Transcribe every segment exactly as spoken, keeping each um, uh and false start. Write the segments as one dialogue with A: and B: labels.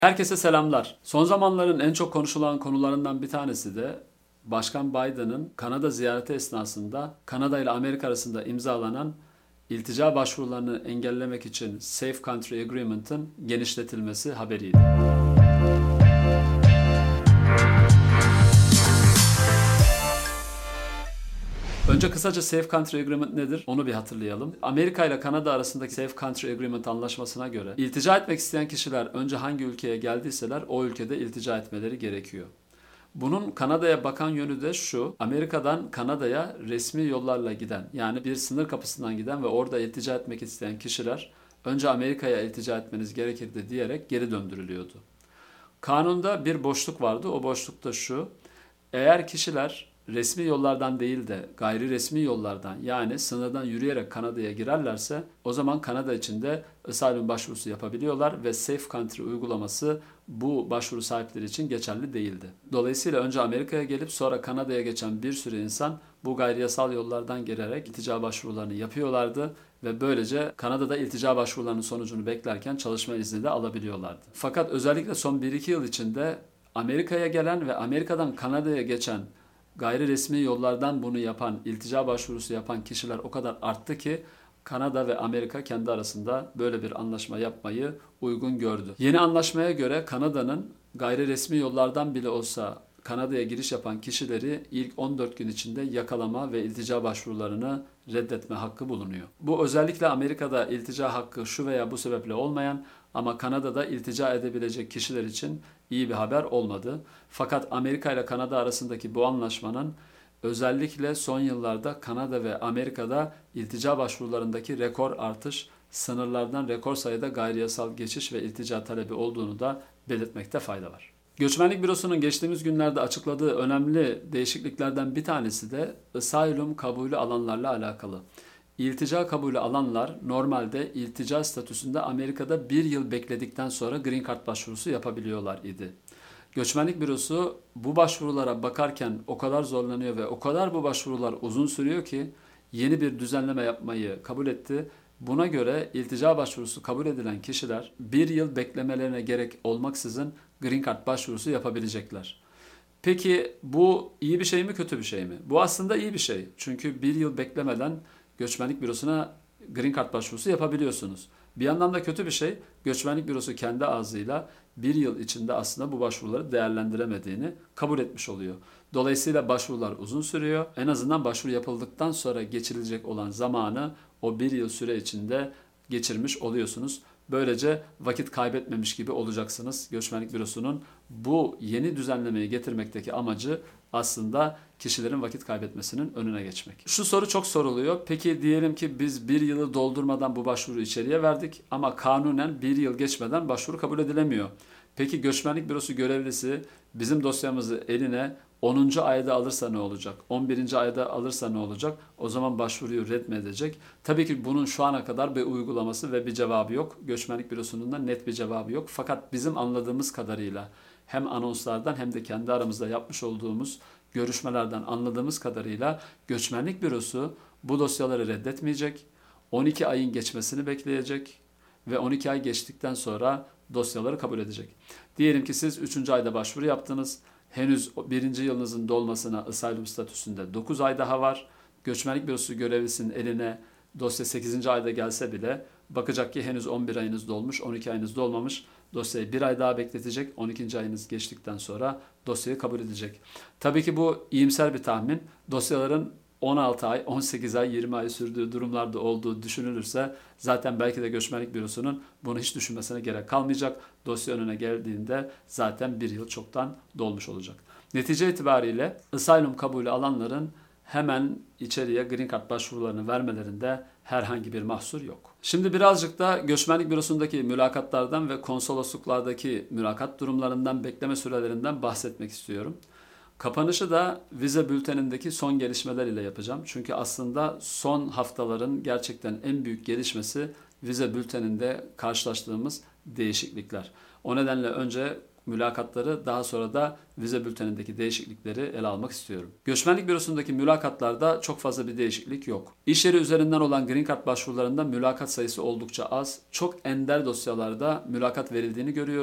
A: Herkese selamlar. Son zamanların en çok konuşulan konularından bir tanesi de Başkan Biden'ın Kanada ziyareti esnasında Kanada ile Amerika arasında imzalanan iltica başvurularını engellemek için Safe Country Agreement'ın genişletilmesi haberiydi. Önce kısaca Safe Country Agreement nedir? Onu bir hatırlayalım. Amerika ile Kanada arasındaki Safe Country Agreement anlaşmasına göre iltica etmek isteyen kişiler önce hangi ülkeye geldiyseler o ülkede iltica etmeleri gerekiyor. Bunun Kanada'ya bakan yönü de şu: Amerika'dan Kanada'ya resmi yollarla giden, yani bir sınır kapısından giden ve orada iltica etmek isteyen kişiler önce Amerika'ya iltica etmeniz gerekirdi diyerek geri döndürülüyordu. Kanunda bir boşluk vardı. O boşluk da şu: eğer kişiler resmi yollardan değil de gayri resmi yollardan, yani sınırdan yürüyerek Kanada'ya girerlerse o zaman Kanada için de asylum başvurusu yapabiliyorlar ve Safe Country uygulaması bu başvuru sahipleri için geçerli değildi. Dolayısıyla önce Amerika'ya gelip sonra Kanada'ya geçen bir sürü insan bu gayri yasal yollardan girerek iltica başvurularını yapıyorlardı ve böylece Kanada'da iltica başvurularının sonucunu beklerken çalışma izni de alabiliyorlardı. Fakat özellikle son bir iki yıl içinde Amerika'ya gelen ve Amerika'dan Kanada'ya geçen gayri resmi yollardan bunu yapan, iltica başvurusu yapan kişiler o kadar arttı ki Kanada ve Amerika kendi arasında böyle bir anlaşma yapmayı uygun gördü. Yeni anlaşmaya göre Kanada'nın gayri resmi yollardan bile olsa Kanada'ya giriş yapan kişileri ilk on dört gün içinde yakalama ve iltica başvurularını reddetme hakkı bulunuyor. Bu özellikle Amerika'da iltica hakkı şu veya bu sebeple olmayan ama Kanada'da iltica edebilecek kişiler için iyi bir haber olmadı. Fakat Amerika ile Kanada arasındaki bu anlaşmanın özellikle son yıllarda Kanada ve Amerika'da iltica başvurularındaki rekor artış, sınırlardan rekor sayıda gayri yasal geçiş ve iltica talebi olduğunu da belirtmekte fayda var. Göçmenlik Bürosu'nun geçtiğimiz günlerde açıkladığı önemli değişikliklerden bir tanesi de asylum kabulü alanlarla alakalı. İltica kabulü alanlar normalde iltica statüsünde Amerika'da bir yıl bekledikten sonra Green Card başvurusu yapabiliyorlar idi. Göçmenlik Bürosu bu başvurulara bakarken o kadar zorlanıyor ve o kadar bu başvurular uzun sürüyor ki yeni bir düzenleme yapmayı kabul etti. Buna göre iltica başvurusu kabul edilen kişiler bir yıl beklemelerine gerek olmaksızın Green Card başvurusu yapabilecekler. Peki bu iyi bir şey mi, kötü bir şey mi? Bu aslında iyi bir şey. Çünkü bir yıl beklemeden Göçmenlik Bürosu'na Green Card başvurusu yapabiliyorsunuz. Bir yandan da kötü bir şey, Göçmenlik Bürosu kendi ağzıyla bir yıl içinde aslında bu başvuruları değerlendiremediğini kabul etmiş oluyor. Dolayısıyla başvurular uzun sürüyor. En azından başvuru yapıldıktan sonra geçirilecek olan zamanı o bir yıl süre içinde geçirmiş oluyorsunuz. Böylece vakit kaybetmemiş gibi olacaksınız. Göçmenlik Bürosu'nun bu yeni düzenlemeyi getirmekteki amacı aslında kişilerin vakit kaybetmesinin önüne geçmek. Şu soru çok soruluyor. Peki diyelim ki biz bir yılı doldurmadan bu başvuru içeriye verdik ama kanunen bir yıl geçmeden başvuru kabul edilemiyor. Peki Göçmenlik Bürosu görevlisi bizim dosyamızı eline onuncu ayda alırsa ne olacak? on birinci ayda alırsa ne olacak? O zaman başvuruyu red mi edecek? Tabii ki bunun şu ana kadar bir uygulaması ve bir cevabı yok. Göçmenlik Bürosu'nun da net bir cevabı yok. Fakat bizim anladığımız kadarıyla hem anonslardan hem de kendi aramızda yapmış olduğumuz görüşmelerden anladığımız kadarıyla Göçmenlik Bürosu bu dosyaları reddetmeyecek. on iki ayın geçmesini bekleyecek ve on iki ay geçtikten sonra dosyaları kabul edecek. Diyelim ki siz üçüncü ayda başvuru yaptınız. Henüz birinci yılınızın dolmasına asylum statüsünde dokuz ay daha var. Göçmenlik Bürosu görevlisinin eline dosya sekizinci ayda gelse bile bakacak ki henüz on bir ayınız dolmuş, on iki ayınız dolmamış. Dosyayı bir ay daha bekletecek. on ikinci ayınız geçtikten sonra dosyayı kabul edecek. Tabii ki bu iyimser bir tahmin. Dosyaların on altı ay, on sekiz ay, yirmi ay sürdüğü durumlarda olduğu düşünülürse zaten belki de Göçmenlik Bürosu'nun bunu hiç düşünmesine gerek kalmayacak. Dosya önüne geldiğinde zaten bir yıl çoktan dolmuş olacak. Netice itibariyle asylum kabulü alanların hemen içeriye Green Card başvurularını vermelerinde herhangi bir mahsur yok. Şimdi birazcık da Göçmenlik Bürosu'ndaki mülakatlardan ve konsolosluklardaki mülakat durumlarından, bekleme sürelerinden bahsetmek istiyorum. Kapanışı da vize bültenindeki son gelişmeler ile yapacağım. Çünkü aslında son haftaların gerçekten en büyük gelişmesi vize bülteninde karşılaştığımız değişiklikler. O nedenle önce mülakatları, daha sonra da vize bültenindeki değişiklikleri ele almak istiyorum. Göçmenlik Bürosu'ndaki mülakatlarda çok fazla bir değişiklik yok. İş yeri üzerinden olan Green Card başvurularında mülakat sayısı oldukça az. Çok ender dosyalarda mülakat verildiğini görüyoruz.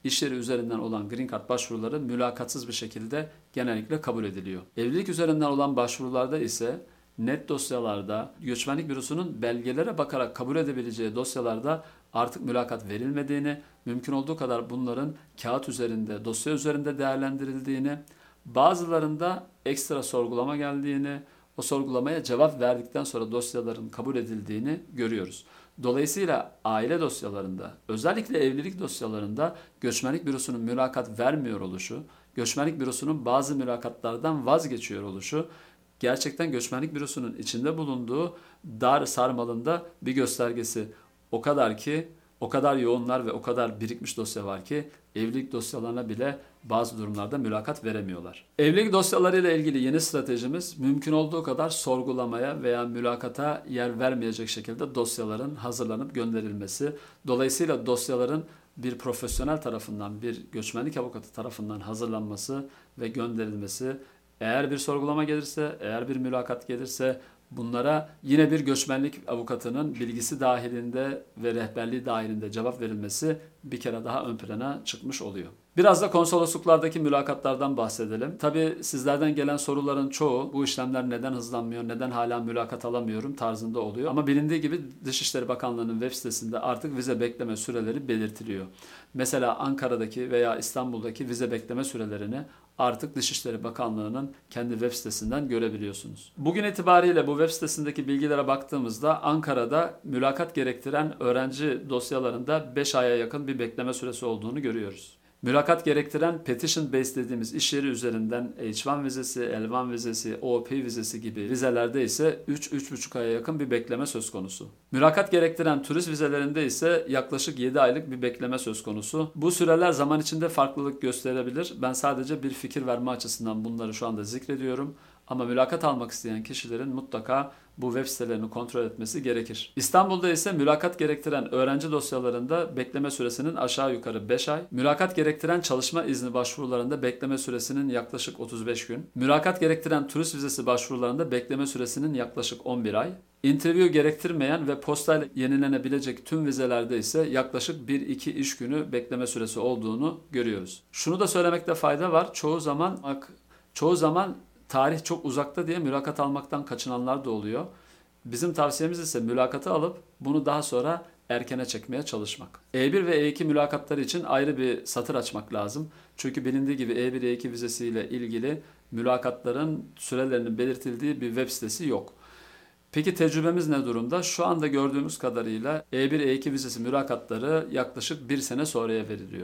A: iş yeri üzerinden olan Green Card başvuruları mülakatsız bir şekilde genellikle kabul ediliyor. Evlilik üzerinden olan başvurularda ise net dosyalarda, göçmenlik bürosunun belgelere bakarak kabul edebileceği dosyalarda artık mülakat verilmediğini, mümkün olduğu kadar bunların kağıt üzerinde, dosya üzerinde değerlendirildiğini, bazılarında ekstra sorgulama geldiğini, o sorgulamaya cevap verdikten sonra dosyaların kabul edildiğini görüyoruz. Dolayısıyla aile dosyalarında, özellikle evlilik dosyalarında göçmenlik bürosunun mülakat vermiyor oluşu, göçmenlik bürosunun bazı mülakatlardan vazgeçiyor oluşu, gerçekten göçmenlik bürosunun içinde bulunduğu dar sarmalında bir göstergesi. O kadar ki, o kadar yoğunlar ve o kadar birikmiş dosya var ki evlilik dosyalarına bile bazı durumlarda mülakat veremiyorlar. Evlilik dosyalarıyla ilgili yeni stratejimiz mümkün olduğu kadar sorgulamaya veya mülakata yer vermeyecek şekilde dosyaların hazırlanıp gönderilmesi. Dolayısıyla dosyaların bir profesyonel tarafından, bir göçmenlik avukatı tarafından hazırlanması ve gönderilmesi. Eğer bir sorgulama gelirse, eğer bir mülakat gelirse bunlara yine bir göçmenlik avukatının bilgisi dahilinde ve rehberliği dahilinde cevap verilmesi bir kere daha ön plana çıkmış oluyor. Biraz da konsolosluklardaki mülakatlardan bahsedelim. Tabii sizlerden gelen soruların çoğu bu işlemler neden hızlanmıyor, neden hala mülakat alamıyorum tarzında oluyor. Ama bilindiği gibi Dışişleri Bakanlığı'nın web sitesinde artık vize bekleme süreleri belirtiliyor. Mesela Ankara'daki veya İstanbul'daki vize bekleme sürelerini artık Dışişleri Bakanlığı'nın kendi web sitesinden görebiliyorsunuz. Bugün itibariyle bu web sitesindeki bilgilere baktığımızda Ankara'da mülakat gerektiren öğrenci dosyalarında beş aya yakın bir bekleme süresi olduğunu görüyoruz. Mülakat gerektiren petition based dediğimiz iş yeri üzerinden H bir vizesi, L bir vizesi, O P vizesi gibi vizelerde ise üç üç buçuk aya yakın bir bekleme söz konusu. Mülakat gerektiren turist vizelerinde ise yaklaşık yedi aylık bir bekleme söz konusu. Bu süreler zaman içinde farklılık gösterebilir. Ben sadece bir fikir verme açısından bunları şu anda zikrediyorum. Ama mülakat almak isteyen kişilerin mutlaka bu web sitelerini kontrol etmesi gerekir. İstanbul'da ise mülakat gerektiren öğrenci dosyalarında bekleme süresinin aşağı yukarı beş ay, mülakat gerektiren çalışma izni başvurularında bekleme süresinin yaklaşık otuz beş gün, mülakat gerektiren turist vizesi başvurularında bekleme süresinin yaklaşık on bir ay, interview gerektirmeyen ve postayla yenilenebilecek tüm vizelerde ise yaklaşık bir iki iş günü bekleme süresi olduğunu görüyoruz. Şunu da söylemekte fayda var. Çoğu zaman çoğu zaman tarih çok uzakta diye mülakat almaktan kaçınanlar da oluyor. Bizim tavsiyemiz ise mülakatı alıp bunu daha sonra erkene çekmeye çalışmak. E bir ve E iki mülakatları için ayrı bir satır açmak lazım. Çünkü bilindiği gibi E bir E iki vizesiyle ilgili mülakatların sürelerinin belirtildiği bir web sitesi yok. Peki tecrübemiz ne durumda? Şu anda gördüğümüz kadarıyla E bir E iki vizesi mülakatları yaklaşık bir sene sonraya veriliyor.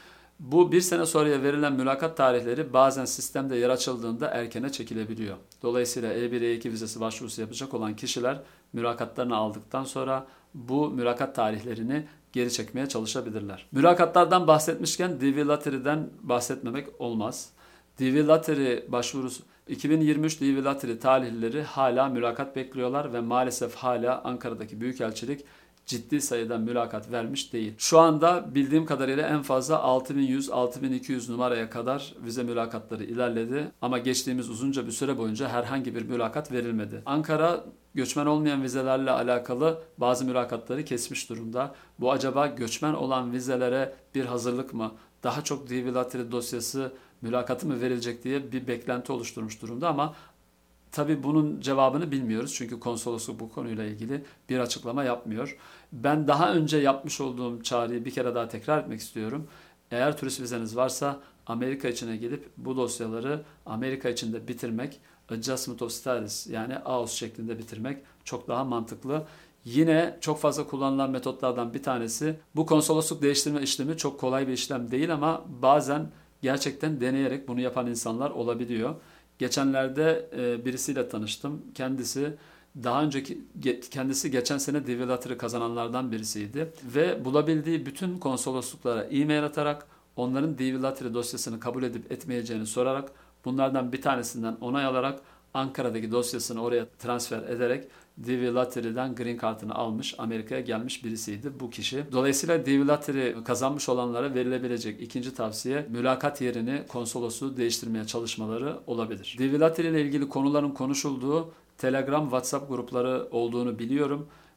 A: Bu bir sene sonraya verilen mülakat tarihleri bazen sistemde yer açıldığında erkene çekilebiliyor. Dolayısıyla E bir E iki vizesi başvurusu yapacak olan kişiler mülakatlarını aldıktan sonra bu mülakat tarihlerini geri çekmeye çalışabilirler. Mülakatlardan bahsetmişken D V Lottery'den bahsetmemek olmaz. D V Lottery başvurusu iki bin yirmi üç D V Lottery talihlileri hala mülakat bekliyorlar ve maalesef hala Ankara'daki Büyükelçilik ciddi sayıda mülakat vermiş değil. Şu anda bildiğim kadarıyla en fazla altı bin yüz altı bin iki yüz numaraya kadar vize mülakatları ilerledi ama geçtiğimiz uzunca bir süre boyunca herhangi bir mülakat verilmedi. Ankara göçmen olmayan vizelerle alakalı bazı mülakatları kesmiş durumda. Bu acaba göçmen olan vizelere bir hazırlık mı? Daha çok D V Lottery dosyası mülakatı mı verilecek diye bir beklenti oluşturmuş durumda ama tabii bunun cevabını bilmiyoruz çünkü konsolosluk bu konuyla ilgili bir açıklama yapmıyor. Ben daha önce yapmış olduğum çağrıyı bir kere daha tekrar etmek istiyorum. Eğer turist vizeniz varsa Amerika içine gelip bu dosyaları Amerika içinde bitirmek, Adjustment of Status yani A O S şeklinde bitirmek çok daha mantıklı. Yine çok fazla kullanılan metotlardan bir tanesi bu konsolosluk değiştirme işlemi çok kolay bir işlem değil ama bazen gerçekten deneyerek bunu yapan insanlar olabiliyor. Geçenlerde e, birisiyle tanıştım. Kendisi daha önceki kendisi geçen sene D V Lottery kazananlardan birisiydi ve bulabildiği bütün konsolosluklara e-mail atarak onların D V Lottery dosyasını kabul edip etmeyeceğini sorarak bunlardan bir tanesinden onay alarak Ankara'daki dosyasını oraya transfer ederek D V Lottery'den Green Card'ını almış, Amerika'ya gelmiş birisiydi bu kişi. Dolayısıyla D V Lottery kazanmış olanlara verilebilecek ikinci tavsiye mülakat yerini konsolosu değiştirmeye çalışmaları olabilir. D V Lottery ile ilgili konuların konuşulduğu Telegram, WhatsApp grupları olduğunu biliyorum.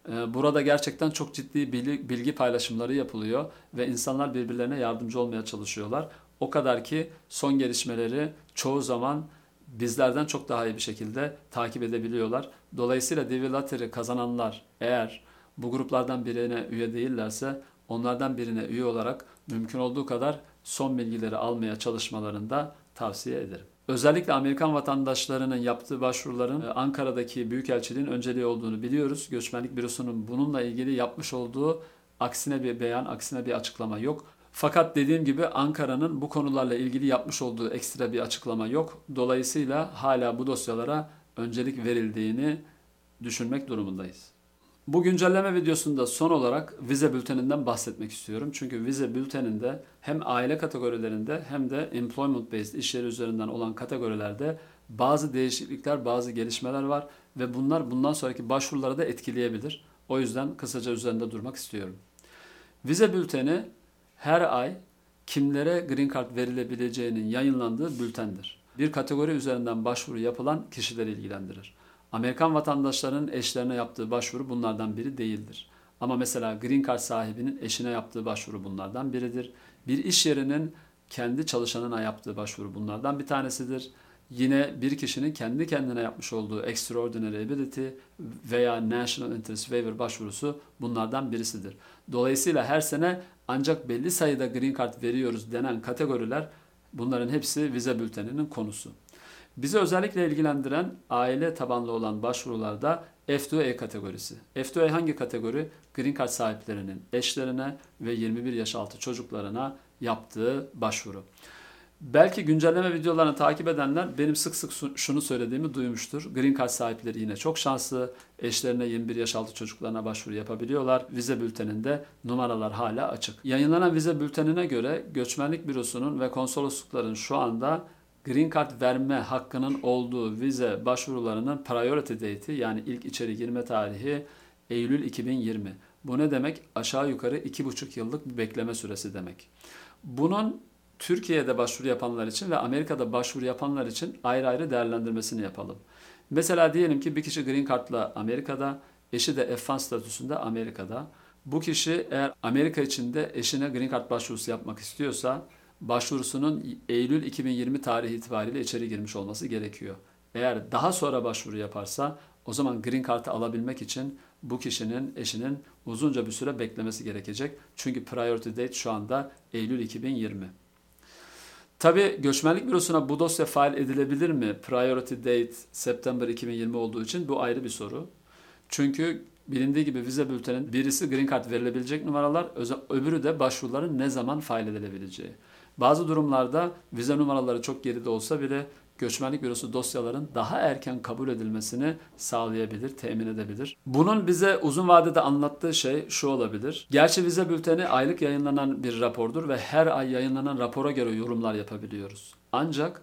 A: Ee, Burada gerçekten çok ciddi bilgi, bilgi paylaşımları yapılıyor ve insanlar birbirlerine yardımcı olmaya çalışıyorlar. O kadar ki son gelişmeleri çoğu zaman bizlerden çok daha iyi bir şekilde takip edebiliyorlar. Dolayısıyla D V Lottery kazananlar eğer bu gruplardan birine üye değillerse onlardan birine üye olarak mümkün olduğu kadar son bilgileri almaya çalışmalarını da tavsiye ederim. Özellikle Amerikan vatandaşlarının yaptığı başvuruların e, Ankara'daki Büyükelçiliğin önceliği olduğunu biliyoruz. Göçmenlik Bürosu'nun bununla ilgili yapmış olduğu aksine bir beyan, aksine bir açıklama yok. Fakat dediğim gibi Ankara'nın bu konularla ilgili yapmış olduğu ekstra bir açıklama yok. Dolayısıyla hala bu dosyalara öncelik verildiğini düşünmek durumundayız. Bu güncelleme videosunda son olarak vize bülteninden bahsetmek istiyorum. Çünkü vize bülteninde hem aile kategorilerinde hem de employment based iş yeri üzerinden olan kategorilerde bazı değişiklikler, bazı gelişmeler var ve bunlar bundan sonraki başvuruları da etkileyebilir. O yüzden kısaca üzerinde durmak istiyorum. Vize bülteni her ay kimlere green card verilebileceğinin yayınlandığı bültendir. Bir kategori üzerinden başvuru yapılan kişileri ilgilendirir. Amerikan vatandaşlarının eşlerine yaptığı başvuru bunlardan biri değildir. Ama mesela green card sahibinin eşine yaptığı başvuru bunlardan biridir. Bir iş yerinin kendi çalışanına yaptığı başvuru bunlardan bir tanesidir. Yine bir kişinin kendi kendine yapmış olduğu Extraordinary Ability veya National Interest Waiver başvurusu bunlardan birisidir. Dolayısıyla her sene ancak belli sayıda green card veriyoruz denen kategoriler bunların hepsi vize bülteninin konusu. Bizi özellikle ilgilendiren aile tabanlı olan başvurularda F iki A kategorisi. F iki A hangi kategori? Green Card sahiplerinin eşlerine ve yirmi bir yaş altı çocuklarına yaptığı başvuru. Belki güncelleme videolarını takip edenler benim sık sık şunu söylediğimi duymuştur. Green Card sahipleri yine çok şanslı. Eşlerine yirmi bir yaş altı çocuklarına başvuru yapabiliyorlar. Vize bülteninde numaralar hala açık. Yayınlanan vize bültenine göre Göçmenlik Bürosu'nun ve konsoloslukların şu anda Green Card verme hakkının olduğu vize başvurularının priority date'i yani ilk içeri girme tarihi Eylül iki bin yirmi. Bu ne demek? Aşağı yukarı iki buçuk yıllık bir bekleme süresi demek. Bunun Türkiye'de başvuru yapanlar için ve Amerika'da başvuru yapanlar için ayrı ayrı değerlendirmesini yapalım. Mesela diyelim ki bir kişi Green Card'la Amerika'da, eşi de F bir statüsünde Amerika'da. Bu kişi eğer Amerika içinde eşine Green Card başvurusu yapmak istiyorsa başvurusunun Eylül iki bin yirmi tarihi itibariyle içeri girmiş olması gerekiyor. Eğer daha sonra başvuru yaparsa o zaman Green Card'ı alabilmek için bu kişinin eşinin uzunca bir süre beklemesi gerekecek. Çünkü priority date şu anda Eylül iki bin yirmi. Tabii Göçmenlik Bürosu'na bu dosya fail edilebilir mi? Priority date September iki bin yirmi olduğu için bu ayrı bir soru. Çünkü bilindiği gibi vize bültenin birisi Green Card verilebilecek numaralar, öbürü de başvuruların ne zaman fail edilebileceği. Bazı durumlarda vize numaraları çok geride olsa bile Göçmenlik Bürosu dosyaların daha erken kabul edilmesini sağlayabilir, temin edebilir. Bunun bize uzun vadede anlattığı şey şu olabilir. Gerçi vize bülteni aylık yayınlanan bir rapordur ve her ay yayınlanan rapora göre yorumlar yapabiliyoruz. Ancak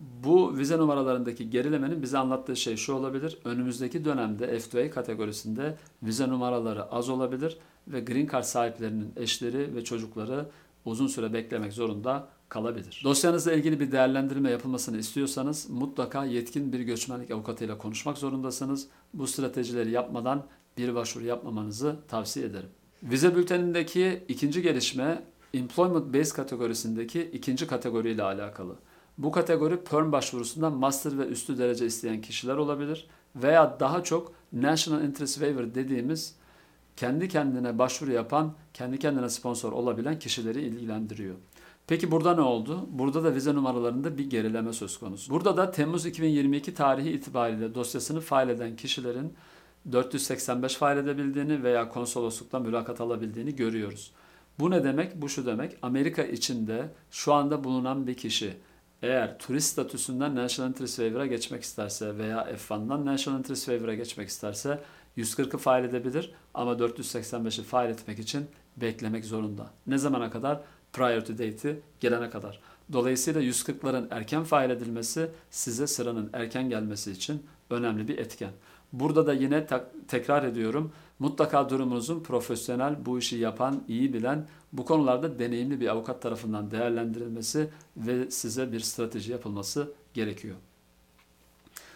A: bu vize numaralarındaki gerilemenin bize anlattığı şey şu olabilir. Önümüzdeki dönemde F iki A kategorisinde vize numaraları az olabilir ve Green Card sahiplerinin eşleri ve çocukları uzun süre beklemek zorunda kalabilir. Dosyanızla ilgili bir değerlendirme yapılmasını istiyorsanız mutlaka yetkin bir göçmenlik avukatıyla konuşmak zorundasınız. Bu stratejileri yapmadan bir başvuru yapmamanızı tavsiye ederim. Vize bültenindeki ikinci gelişme Employment Based kategorisindeki ikinci kategoriyle alakalı. Bu kategori perm başvurusundan master ve üstü derece isteyen kişiler olabilir veya daha çok National Interest Waiver dediğimiz kendi kendine başvuru yapan, kendi kendine sponsor olabilen kişileri ilgilendiriyor. Peki burada ne oldu? Burada da vize numaralarında bir gerileme söz konusu. Burada da Temmuz iki bin yirmi iki tarihi itibariyle dosyasını fail eden kişilerin dört yüz seksen beş fail edebildiğini veya konsolosluktan mülakat alabildiğini görüyoruz. Bu ne demek? Bu şu demek. Amerika içinde şu anda bulunan bir kişi eğer turist statüsünden National Interest Waiver'a geçmek isterse veya F bir'den National Interest Waiver'a geçmek isterse yüz kırkı fail edebilir ama dört yüz seksen beşi fail etmek için beklemek zorunda. Ne zamana kadar? Priority date'i gelene kadar. Dolayısıyla yüz kırkların erken fail edilmesi size sıranın erken gelmesi için önemli bir etken. Burada da yine tekrar ediyorum. Mutlaka durumunuzun profesyonel, bu işi yapan, iyi bilen, bu konularda deneyimli bir avukat tarafından değerlendirilmesi ve size bir strateji yapılması gerekiyor.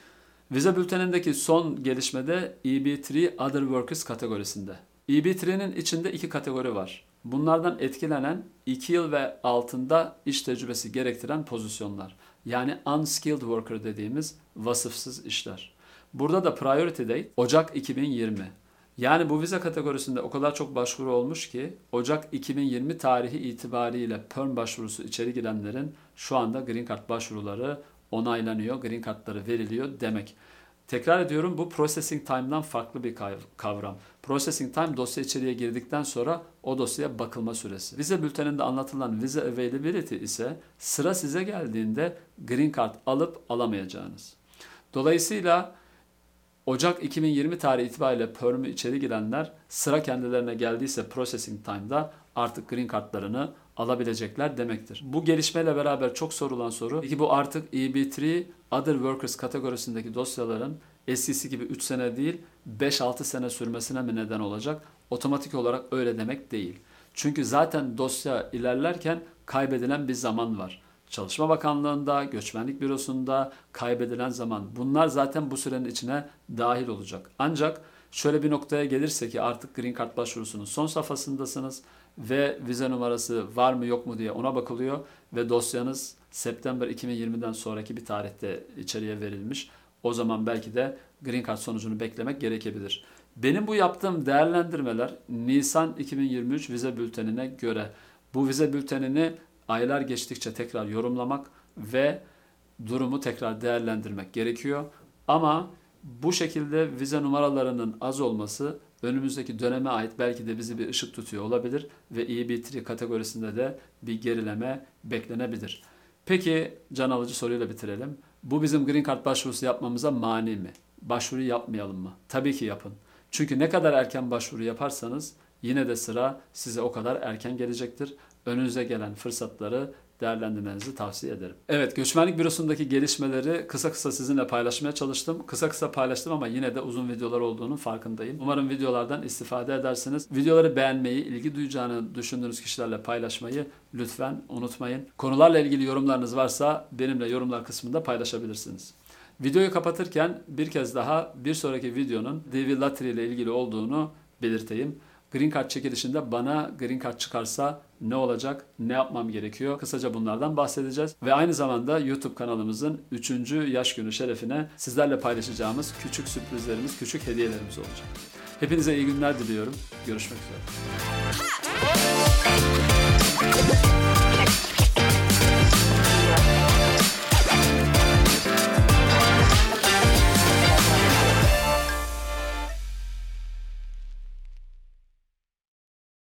A: Vize bültenindeki son gelişme de E B üç Other Workers kategorisinde. E B üç'nin içinde iki kategori var. Bunlardan etkilenen iki yıl ve altında iş tecrübesi gerektiren pozisyonlar. Yani unskilled worker dediğimiz vasıfsız işler. Burada da priority date Ocak iki bin yirmi. Yani bu vize kategorisinde o kadar çok başvuru olmuş ki Ocak iki bin yirmi tarihi itibariyle perm başvurusu içeri girenlerin şu anda Green Card başvuruları onaylanıyor, Green Card'ları veriliyor demek. Tekrar ediyorum, bu processing time'dan farklı bir kavram. Processing time dosya içeriye girdikten sonra o dosyaya bakılma süresi. Vize bülteninde anlatılan vize availability ise sıra size geldiğinde Green Card alıp alamayacağınız. Dolayısıyla Ocak iki bin yirmi tarihi itibariyle perm'ü içeri girenler sıra kendilerine geldiyse processing time'da artık Green Card'larını alabilecekler demektir. Bu gelişmeyle beraber çok sorulan soru, peki bu artık E B üç Other Workers kategorisindeki dosyaların S E C gibi üç sene değil beş altı sene sürmesine mi neden olacak? Otomatik olarak öyle demek değil. Çünkü zaten dosya ilerlerken kaybedilen bir zaman var. Çalışma Bakanlığı'nda, Göçmenlik Bürosu'nda kaybedilen zaman, bunlar zaten bu sürenin içine dahil olacak. Ancak şöyle bir noktaya gelirse ki artık Green Card başvurusunun son safhasındasınız ve vize numarası var mı yok mu diye ona bakılıyor ve dosyanız September iki bin yirmiden sonraki bir tarihte içeriye verilmiş. O zaman belki de Green Card sonucunu beklemek gerekebilir. Benim bu yaptığım değerlendirmeler Nisan iki bin yirmi üç vize bültenine göre. Bu vize bültenini aylar geçtikçe tekrar yorumlamak ve durumu tekrar değerlendirmek gerekiyor. Ama bu şekilde vize numaralarının az olması önümüzdeki döneme ait belki de bizi bir ışık tutuyor olabilir ve E B üç kategorisinde de bir gerileme beklenebilir. Peki can alıcı soruyla bitirelim. Bu bizim Green Card başvurusu yapmamıza mani mi? Başvuru yapmayalım mı? Tabii ki yapın. Çünkü ne kadar erken başvuru yaparsanız yine de sıra size o kadar erken gelecektir. Önünüze gelen fırsatları değerlendirmenizi tavsiye ederim. Evet, Göçmenlik Bürosu'ndaki gelişmeleri kısa kısa sizinle paylaşmaya çalıştım. Kısa kısa paylaştım ama yine de uzun videolar olduğunun farkındayım. Umarım videolardan istifade edersiniz. Videoları beğenmeyi, ilgi duyacağını düşündüğünüz kişilerle paylaşmayı lütfen unutmayın. Konularla ilgili yorumlarınız varsa benimle yorumlar kısmında paylaşabilirsiniz. Videoyu kapatırken bir kez daha bir sonraki videonun D V Lottery ile ilgili olduğunu belirteyim. Green Card çekilişinde bana Green Card çıkarsa ne olacak, ne yapmam gerekiyor? Kısaca bunlardan bahsedeceğiz. Ve aynı zamanda YouTube kanalımızın üçüncü yaş günü şerefine sizlerle paylaşacağımız küçük sürprizlerimiz, küçük hediyelerimiz olacak. Hepinize iyi günler diliyorum. Görüşmek üzere.